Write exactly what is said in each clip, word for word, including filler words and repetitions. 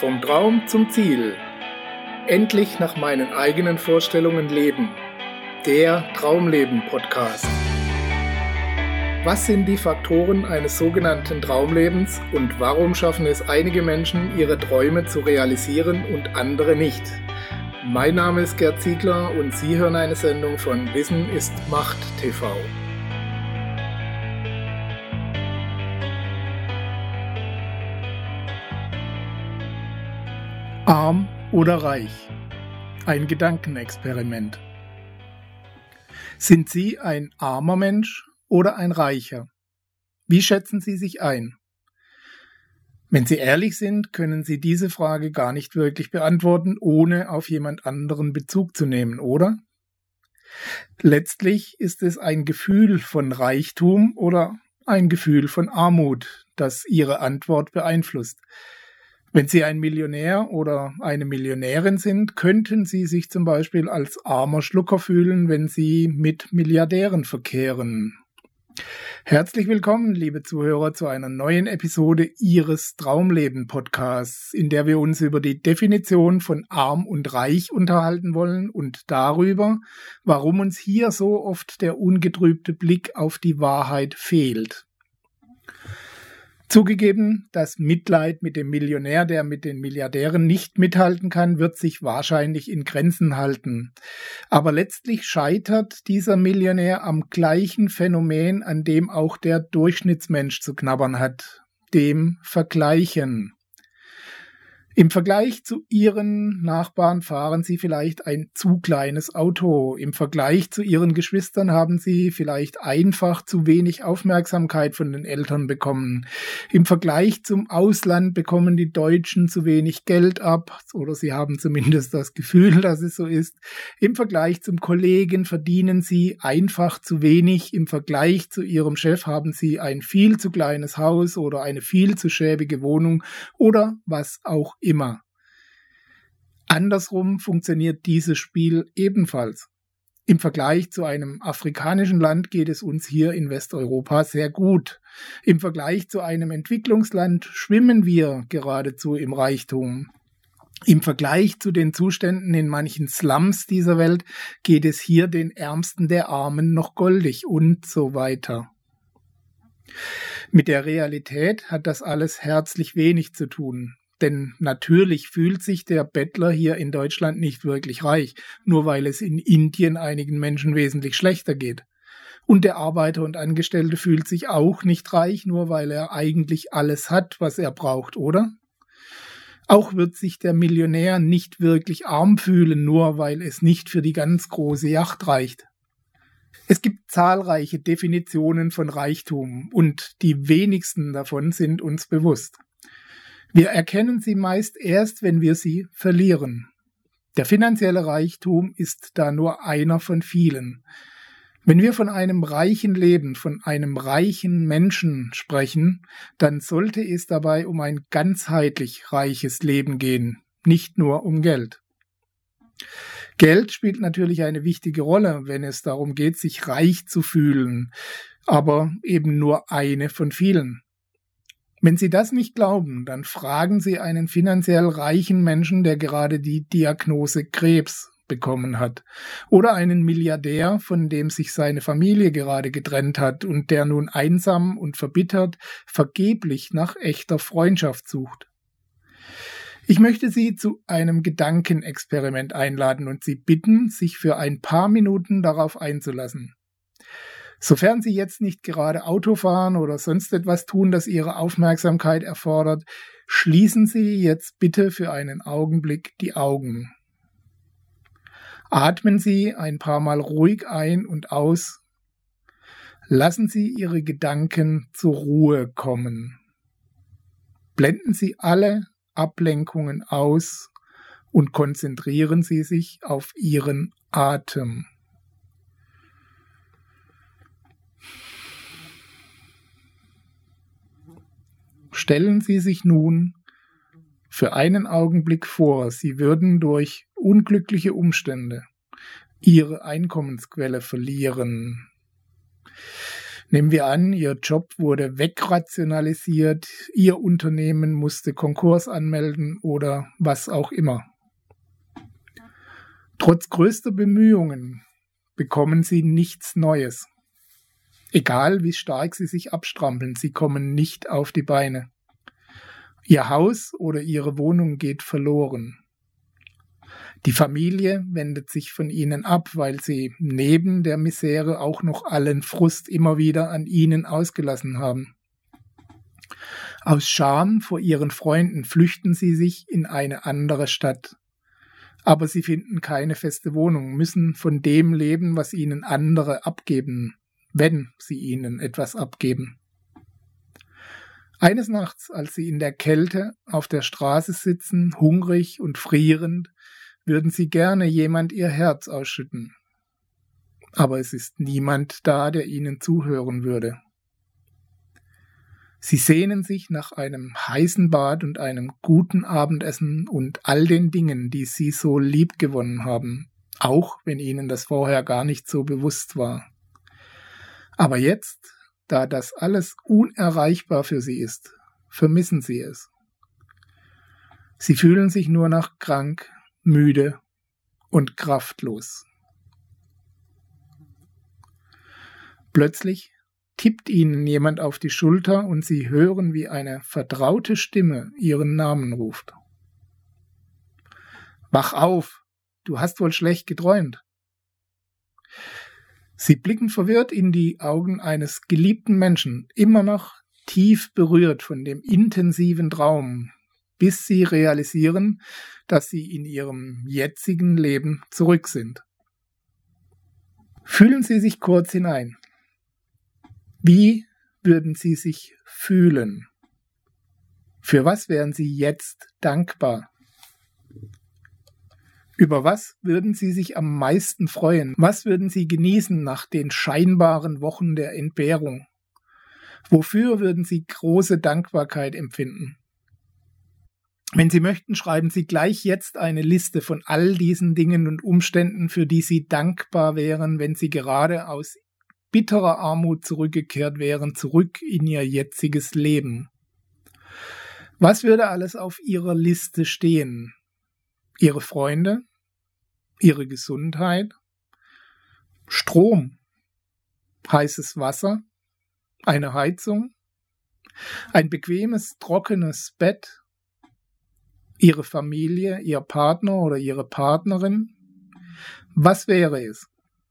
Vom Traum zum Ziel. Endlich nach meinen eigenen Vorstellungen leben. Der Traumleben-Podcast. Was sind die Faktoren eines sogenannten Traumlebens und warum schaffen es einige Menschen, ihre Träume zu realisieren und andere nicht? Mein Name ist Gerd Ziegler und Sie hören eine Sendung von Wissen ist Macht T V. Arm oder reich? Ein Gedankenexperiment. Sind Sie ein armer Mensch oder ein reicher? Wie schätzen Sie sich ein? Wenn Sie ehrlich sind, können Sie diese Frage gar nicht wirklich beantworten, ohne auf jemand anderen Bezug zu nehmen, oder? Letztlich ist es ein Gefühl von Reichtum oder ein Gefühl von Armut, das Ihre Antwort beeinflusst. Wenn Sie ein Millionär oder eine Millionärin sind, könnten Sie sich zum Beispiel als armer Schlucker fühlen, wenn Sie mit Milliardären verkehren. Herzlich willkommen, liebe Zuhörer, zu einer neuen Episode Ihres Traumleben-Podcasts, in der wir uns über die Definition von arm und reich unterhalten wollen und darüber, warum uns hier so oft der ungetrübte Blick auf die Wahrheit fehlt. Zugegeben, das Mitleid mit dem Millionär, der mit den Milliardären nicht mithalten kann, wird sich wahrscheinlich in Grenzen halten. Aber letztlich scheitert dieser Millionär am gleichen Phänomen, an dem auch der Durchschnittsmensch zu knabbern hat, dem Vergleichen. Im Vergleich zu Ihren Nachbarn fahren Sie vielleicht ein zu kleines Auto. Im Vergleich zu Ihren Geschwistern haben Sie vielleicht einfach zu wenig Aufmerksamkeit von den Eltern bekommen. Im Vergleich zum Ausland bekommen die Deutschen zu wenig Geld ab, oder Sie haben zumindest das Gefühl, dass es so ist. Im Vergleich zum Kollegen verdienen Sie einfach zu wenig. Im Vergleich zu Ihrem Chef haben Sie ein viel zu kleines Haus oder eine viel zu schäbige Wohnung oder was auch immer. Andersrum funktioniert dieses Spiel ebenfalls. Im Vergleich zu einem afrikanischen Land geht es uns hier in Westeuropa sehr gut. Im Vergleich zu einem Entwicklungsland schwimmen wir geradezu im Reichtum. Im Vergleich zu den Zuständen in manchen Slums dieser Welt geht es hier den Ärmsten der Armen noch goldig und so weiter. Mit der Realität hat das alles herzlich wenig zu tun. Denn natürlich fühlt sich der Bettler hier in Deutschland nicht wirklich reich, nur weil es in Indien einigen Menschen wesentlich schlechter geht. Und der Arbeiter und Angestellte fühlt sich auch nicht reich, nur weil er eigentlich alles hat, was er braucht, oder? Auch wird sich der Millionär nicht wirklich arm fühlen, nur weil es nicht für die ganz große Yacht reicht. Es gibt zahlreiche Definitionen von Reichtum und die wenigsten davon sind uns bewusst. Wir erkennen sie meist erst, wenn wir sie verlieren. Der finanzielle Reichtum ist da nur einer von vielen. Wenn wir von einem reichen Leben, von einem reichen Menschen sprechen, dann sollte es dabei um ein ganzheitlich reiches Leben gehen, nicht nur um Geld. Geld spielt natürlich eine wichtige Rolle, wenn es darum geht, sich reich zu fühlen, aber eben nur eine von vielen. Wenn Sie das nicht glauben, dann fragen Sie einen finanziell reichen Menschen, der gerade die Diagnose Krebs bekommen hat, oder einen Milliardär, von dem sich seine Familie gerade getrennt hat und der nun einsam und verbittert vergeblich nach echter Freundschaft sucht. Ich möchte Sie zu einem Gedankenexperiment einladen und Sie bitten, sich für ein paar Minuten darauf einzulassen. Sofern Sie jetzt nicht gerade Auto fahren oder sonst etwas tun, das Ihre Aufmerksamkeit erfordert, schließen Sie jetzt bitte für einen Augenblick die Augen. Atmen Sie ein paar Mal ruhig ein und aus. Lassen Sie Ihre Gedanken zur Ruhe kommen. Blenden Sie alle Ablenkungen aus und konzentrieren Sie sich auf Ihren Atem. Stellen Sie sich nun für einen Augenblick vor, Sie würden durch unglückliche Umstände Ihre Einkommensquelle verlieren. Nehmen wir an, Ihr Job wurde wegrationalisiert, Ihr Unternehmen musste Konkurs anmelden oder was auch immer. Trotz größter Bemühungen bekommen Sie nichts Neues. Egal wie stark Sie sich abstrampeln, Sie kommen nicht auf die Beine. Ihr Haus oder Ihre Wohnung geht verloren. Die Familie wendet sich von Ihnen ab, weil sie neben der Misere auch noch allen Frust immer wieder an Ihnen ausgelassen haben. Aus Scham vor Ihren Freunden flüchten Sie sich in eine andere Stadt. Aber Sie finden keine feste Wohnung, müssen von dem leben, was Ihnen andere abgeben, wenn sie Ihnen etwas abgeben. Eines Nachts, als Sie in der Kälte auf der Straße sitzen, hungrig und frierend, würden Sie gerne jemand Ihr Herz ausschütten. Aber es ist niemand da, der Ihnen zuhören würde. Sie sehnen sich nach einem heißen Bad und einem guten Abendessen und all den Dingen, die Sie so lieb gewonnen haben, auch wenn Ihnen das vorher gar nicht so bewusst war. Aber jetzt, da das alles unerreichbar für Sie ist, vermissen Sie es. Sie fühlen sich nur noch krank, müde und kraftlos. Plötzlich tippt Ihnen jemand auf die Schulter und Sie hören, wie eine vertraute Stimme Ihren Namen ruft. Wach auf, du hast wohl schlecht geträumt. Sie blicken verwirrt in die Augen eines geliebten Menschen, immer noch tief berührt von dem intensiven Traum, bis Sie realisieren, dass Sie in Ihrem jetzigen Leben zurück sind. Fühlen Sie sich kurz hinein. Wie würden Sie sich fühlen? Für was wären Sie jetzt dankbar? Über was würden Sie sich am meisten freuen? Was würden Sie genießen nach den scheinbaren Wochen der Entbehrung? Wofür würden Sie große Dankbarkeit empfinden? Wenn Sie möchten, schreiben Sie gleich jetzt eine Liste von all diesen Dingen und Umständen, für die Sie dankbar wären, wenn Sie gerade aus bitterer Armut zurückgekehrt wären, zurück in Ihr jetziges Leben. Was würde alles auf Ihrer Liste stehen? Ihre Freunde, Ihre Gesundheit, Strom, heißes Wasser, eine Heizung, ein bequemes, trockenes Bett, Ihre Familie, Ihr Partner oder Ihre Partnerin. Was wäre es?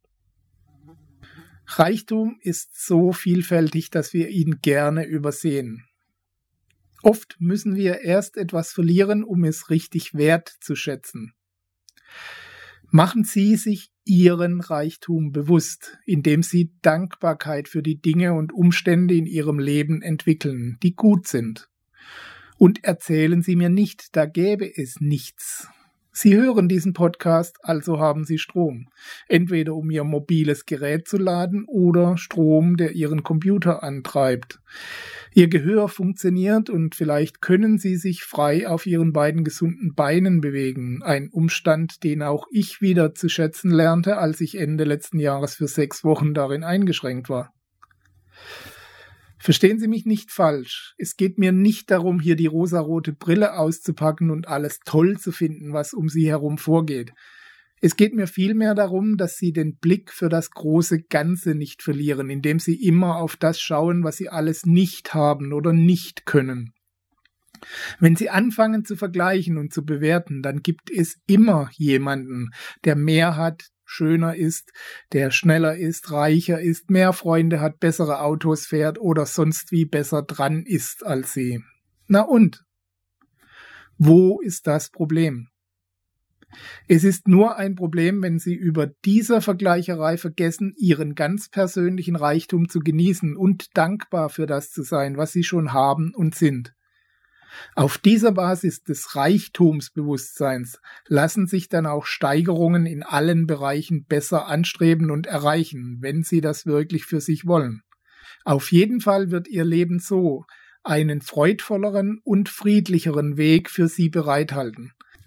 Reichtum ist so vielfältig, dass wir ihn gerne übersehen. Oft müssen wir erst etwas verlieren, um es richtig wertzuschätzen. Machen Sie sich Ihren Reichtum bewusst, indem Sie Dankbarkeit für die Dinge und Umstände in Ihrem Leben entwickeln, die gut sind. Und erzählen Sie mir nicht, da gäbe es nichts. Sie hören diesen Podcast, also haben Sie Strom. Entweder um Ihr mobiles Gerät zu laden oder Strom, der Ihren Computer antreibt. Ihr Gehör funktioniert und vielleicht können Sie sich frei auf Ihren beiden gesunden Beinen bewegen. Ein Umstand, den auch ich wieder zu schätzen lernte, als ich Ende letzten Jahres für sechs Wochen darin eingeschränkt war. Verstehen Sie mich nicht falsch. Es geht mir nicht darum, hier die rosarote Brille auszupacken und alles toll zu finden, was um Sie herum vorgeht. Es geht mir vielmehr darum, dass Sie den Blick für das große Ganze nicht verlieren, indem Sie immer auf das schauen, was Sie alles nicht haben oder nicht können. Wenn Sie anfangen zu vergleichen und zu bewerten, dann gibt es immer jemanden, der mehr hat, schöner ist, der schneller ist, reicher ist, mehr Freunde hat, bessere Autos fährt oder sonst wie besser dran ist als Sie. Na und? Wo ist das Problem? Es ist nur ein Problem, wenn Sie über dieser Vergleicherei vergessen, Ihren ganz persönlichen Reichtum zu genießen und dankbar für das zu sein, was Sie schon haben und sind. Auf dieser Basis des Reichtumsbewusstseins lassen sich dann auch Steigerungen in allen Bereichen besser anstreben und erreichen, wenn Sie das wirklich für sich wollen. Auf jeden Fall wird Ihr Leben so einen freudvolleren und friedlicheren Weg für Sie bereithalten.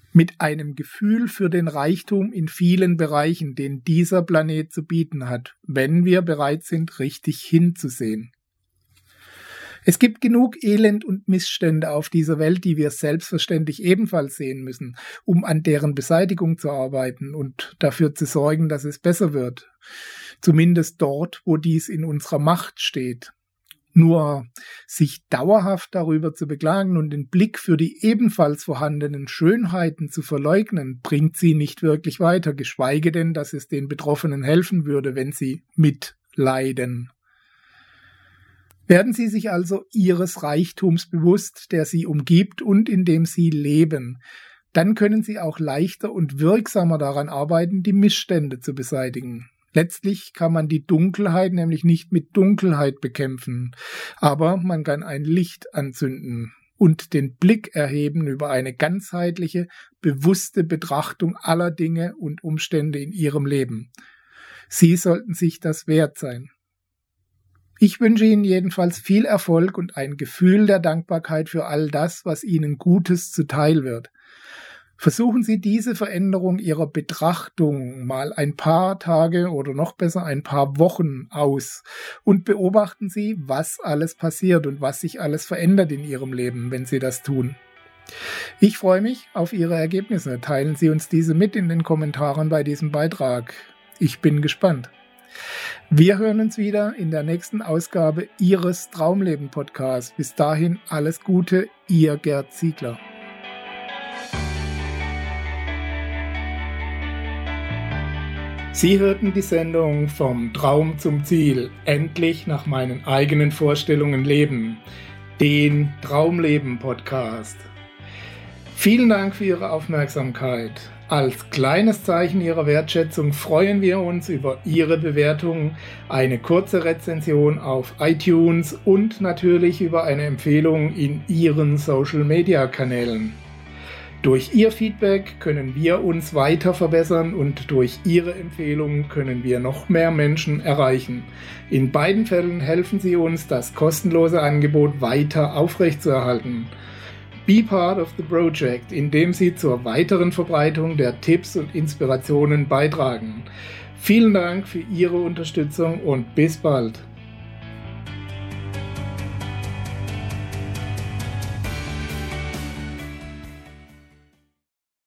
mit einem Gefühl für den Reichtum in vielen Bereichen, den dieser Planet zu bieten hat, wenn wir bereit sind, richtig hinzusehen. Es gibt genug Elend und Missstände auf dieser Welt, die wir selbstverständlich ebenfalls sehen müssen, um an deren Beseitigung zu arbeiten und dafür zu sorgen, dass es besser wird. Zumindest dort, wo dies in unserer Macht steht. Nur sich dauerhaft darüber zu beklagen und den Blick für die ebenfalls vorhandenen Schönheiten zu verleugnen, bringt sie nicht wirklich weiter, geschweige denn, dass es den Betroffenen helfen würde, wenn sie mitleiden. Werden Sie sich also Ihres Reichtums bewusst, der Sie umgibt und in dem Sie leben. Dann können Sie auch leichter und wirksamer daran arbeiten, die Missstände zu beseitigen. Letztlich kann man die Dunkelheit nämlich nicht mit Dunkelheit bekämpfen, aber man kann ein Licht anzünden und den Blick erheben über eine ganzheitliche, bewusste Betrachtung aller Dinge und Umstände in Ihrem Leben. Sie sollten sich das wert sein. Ich wünsche Ihnen jedenfalls viel Erfolg und ein Gefühl der Dankbarkeit für all das, was Ihnen Gutes zuteil wird. Versuchen Sie diese Veränderung Ihrer Betrachtung mal ein paar Tage oder noch besser ein paar Wochen aus und beobachten Sie, was alles passiert und was sich alles verändert in Ihrem Leben, wenn Sie das tun. Ich freue mich auf Ihre Ergebnisse. Teilen Sie uns diese mit in den Kommentaren bei diesem Beitrag. Ich bin gespannt. Wir hören uns wieder in der nächsten Ausgabe Ihres Traumleben-Podcasts. Bis dahin alles Gute, Ihr Gerd Ziegler. Sie hörten die Sendung Vom Traum zum Ziel, endlich nach meinen eigenen Vorstellungen leben, den Traumleben-Podcast. Vielen Dank für Ihre Aufmerksamkeit. Als kleines Zeichen Ihrer Wertschätzung freuen wir uns über Ihre Bewertung, eine kurze Rezension auf iTunes und natürlich über eine Empfehlung in Ihren Social-Media-Kanälen. Durch Ihr Feedback können wir uns weiter verbessern und durch Ihre Empfehlungen können wir noch mehr Menschen erreichen. In beiden Fällen helfen Sie uns, das kostenlose Angebot weiter aufrechtzuerhalten. Be part of the project, indem Sie zur weiteren Verbreitung der Tipps und Inspirationen beitragen. Vielen Dank für Ihre Unterstützung und bis bald.